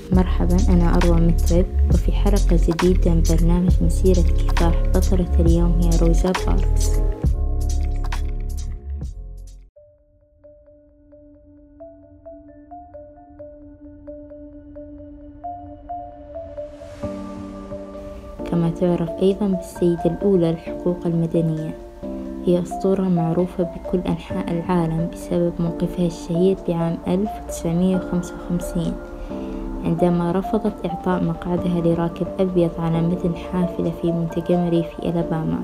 مرحبا، أنا أروى مترب، وفي حلقة جديدة من برنامج مسيرة كفاح. بطلة اليوم هي روزا باركس. كما تعرف أيضا بالسيدة الأولى للحقوق المدنية. هي أسطورة معروفة بكل أنحاء العالم بسبب موقفها الشهير بعام 1955 عندما رفضت إعطاء مقعدها لراكب أبيض على متن حافلة في مونتجمري في ألاباما.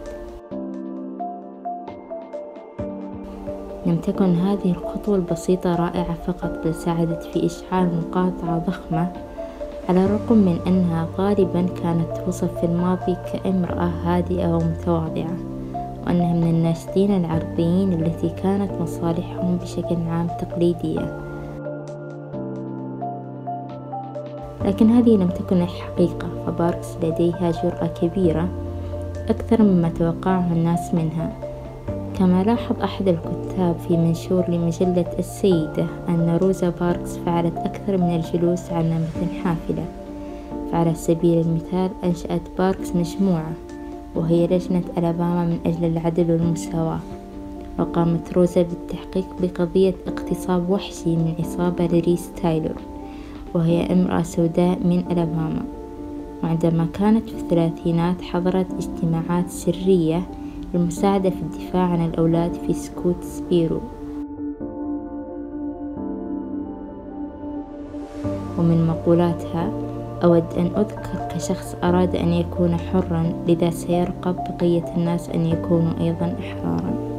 لم تكن هذه الخطوة البسيطة رائعة فقط، بل ساعدت في إشعال مقاطعة ضخمة، على الرغم من أنها غالبا كانت توصف في الماضي كامرأة هادئة ومتواضعة، وأنها من الناشطين العربيين التي كانت مصالحهم بشكل عام تقليدية. لكن هذه لم تكن الحقيقة، فباركس لديها جرأة كبيرة أكثر مما توقعه الناس منها. كما لاحظ أحد الكتاب في منشور لمجلة السيدة أن روزا باركس فعلت أكثر من الجلوس على متن حافلة. فعلى سبيل المثال أنشأت باركس مجموعة وهي لجنة ألاباما من أجل العدل والمساواة، وقامت روزا بالتحقيق بقضية اغتصاب وحشي من عصابة لريس تايلور، وهي امرأة سوداء من ألاباما. وعندما كانت في الثلاثينات حضرت اجتماعات سرية للمساعدة في الدفاع عن الأولاد في سكوتسبيرو. ومن مقولاتها: أود أن أذكر كشخص أراد أن يكون حرا، لذا سيرقب بقية الناس أن يكونوا أيضا أحرارا.